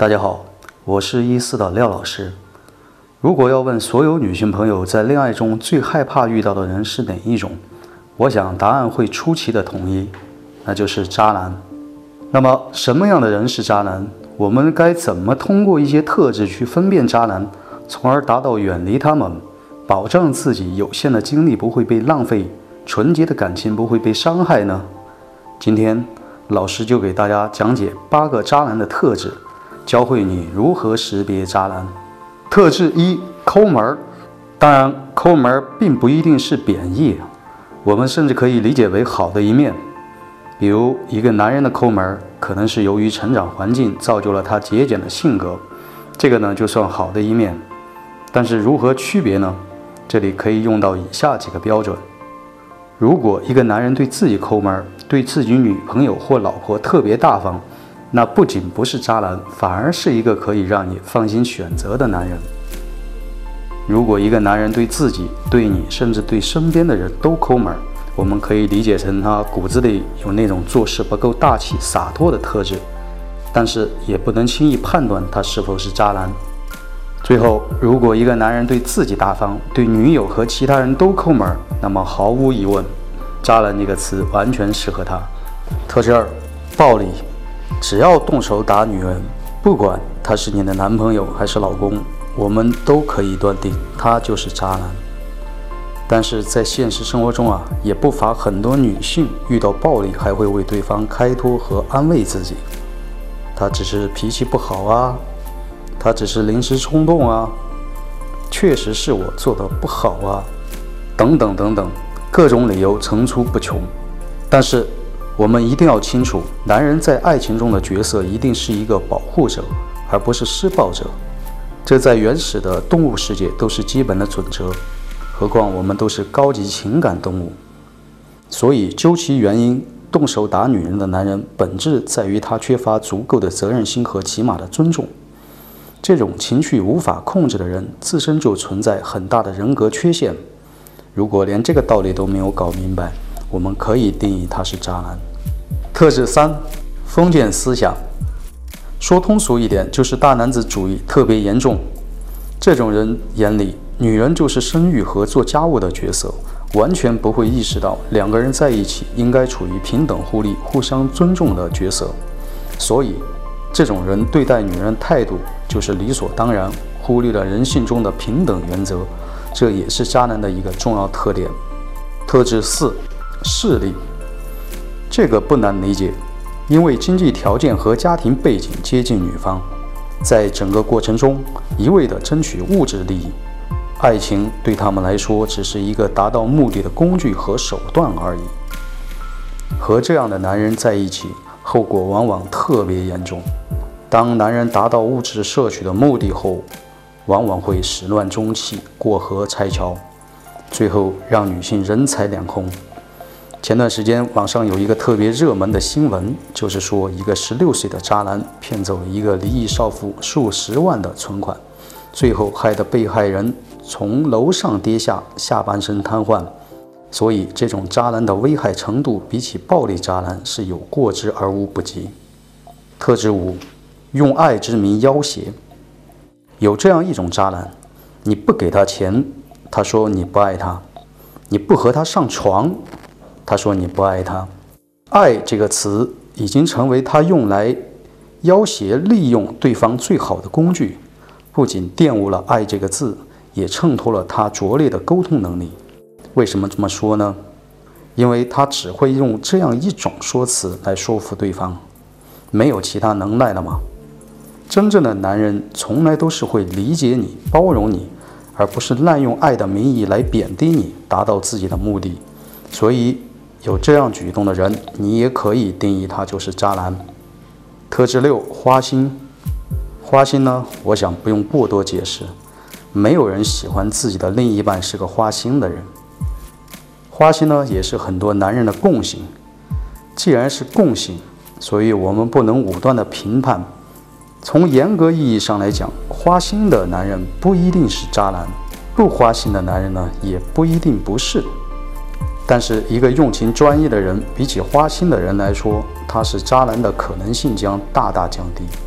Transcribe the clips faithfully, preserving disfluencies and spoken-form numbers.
大家好，我是一四的廖老师。如果要问所有女性朋友在恋爱中最害怕遇到的人是哪一种，我想答案会出奇的统一，那就是渣男。那么什么样的人是渣男？我们该怎么通过一些特质去分辨渣男，从而达到远离他们，保障自己有限的精力不会被浪费，纯洁的感情不会被伤害呢？今天老师就给大家讲解八个渣男的特质，教会你如何识别渣男。特质一：抠门。当然，抠门并不一定是贬义，我们甚至可以理解为好的一面。比如，一个男人的抠门，可能是由于成长环境造就了他节俭的性格，这个呢就算好的一面。但是如何区别呢？这里可以用到以下几个标准。如果一个男人对自己抠门，对自己女朋友或老婆特别大方，那不仅不是渣男，反而是一个可以让你放心选择的男人。如果一个男人对自己、对你，甚至对身边的人都抠门，我们可以理解成他骨子里有那种做事不够大气、洒脱的特质，但是也不能轻易判断他是否是渣男。最后，如果一个男人对自己大方，对女友和其他人都抠门，那么毫无疑问，渣男这个词完全适合他。特质二：暴力。只要动手打女人，不管他是你的男朋友还是老公，我们都可以断定他就是渣男。但是在现实生活中啊，也不乏很多女性遇到暴力还会为对方开脱和安慰自己，他只是脾气不好啊，他只是临时冲动啊，确实是我做的不好啊，等等等等，各种理由层出不穷。但是我们一定要清楚，男人在爱情中的角色一定是一个保护者，而不是施暴者。这在原始的动物世界都是基本的准则，何况我们都是高级情感动物。所以究其原因，动手打女人的男人本质在于他缺乏足够的责任心和起码的尊重。这种情绪无法控制的人，自身就存在很大的人格缺陷。如果连这个道理都没有搞明白，我们可以定义他是渣男。特质三：封建思想。说通俗一点，就是大男子主义特别严重。这种人眼里，女人就是生育和做家务的角色，完全不会意识到两个人在一起应该处于平等互利、互相尊重的角色。所以，这种人对待女人态度就是理所当然，忽略了人性中的平等原则，这也是渣男的一个重要特点。特质四：势力。这个不难理解，因为经济条件和家庭背景接近女方，在整个过程中一味地争取物质利益，爱情对他们来说只是一个达到目的的工具和手段而已。和这样的男人在一起，后果往往特别严重。当男人达到物质摄取的目的后，往往会始乱终弃，过河拆桥，最后让女性人财两空。前段时间网上有一个特别热门的新闻，就是说一个十六岁的渣男骗走了一个离异少妇数十万的存款，最后害得被害人从楼上跌下，下半身瘫痪。所以这种渣男的危害程度比起暴力渣男是有过之而无不及。特质五：用爱之名要挟。有这样一种渣男，你不给他钱，他说你不爱他；你不和他上床，他说你不爱他。爱这个词已经成为他用来要挟利用对方最好的工具，不仅玷污了爱这个字，也衬托了他拙劣的沟通能力。为什么这么说呢？因为他只会用这样一种说辞来说服对方，没有其他能耐了吗？真正的男人从来都是会理解你、包容你，而不是滥用爱的名义来贬低你，达到自己的目的。所以有这样举动的人，你也可以定义他就是渣男。特质六：花心。花心呢，我想不用过多解释，没有人喜欢自己的另一半是个花心的人。花心呢，也是很多男人的共性。既然是共性，所以我们不能武断的评判。从严格意义上来讲，花心的男人不一定是渣男，不花心的男人呢，也不一定不是。但是一个用情专一的人，比起花心的人来说，他是渣男的可能性将大大降低。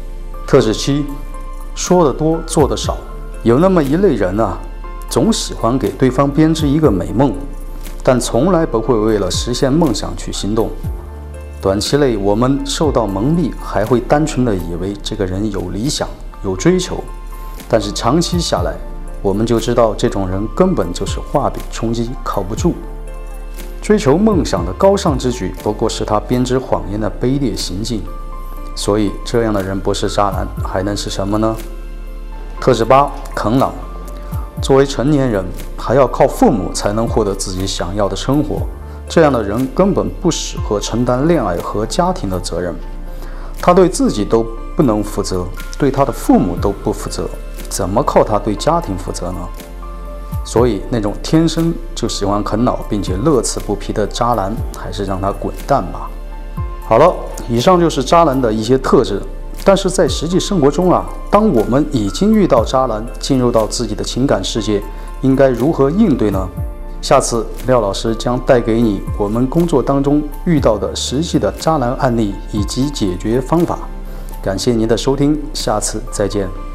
特质七，说得多，做得少。有那么一类人啊，总喜欢给对方编织一个美梦，但从来不会为了实现梦想去行动。短期内我们受到蒙蔽，还会单纯的以为这个人有理想、有追求，但是长期下来，我们就知道这种人根本就是画饼充饥，靠不住。追求梦想的高尚之举，不过是他编织谎言的卑劣行径。所以这样的人不是渣男，还能是什么呢？特质八，啃老。作为成年人，还要靠父母才能获得自己想要的生活，这样的人根本不适合承担恋爱和家庭的责任。他对自己都不能负责，对他的父母都不负责，怎么靠他对家庭负责呢？所以那种天生就喜欢啃老并且乐此不疲的渣男，还是让他滚蛋吧。好了，以上就是渣男的一些特质。但是在实际生活中啊，当我们已经遇到渣男，进入到自己的情感世界，应该如何应对呢？下次廖老师将带给你我们工作当中遇到的实际的渣男案例以及解决方法。感谢您的收听，下次再见。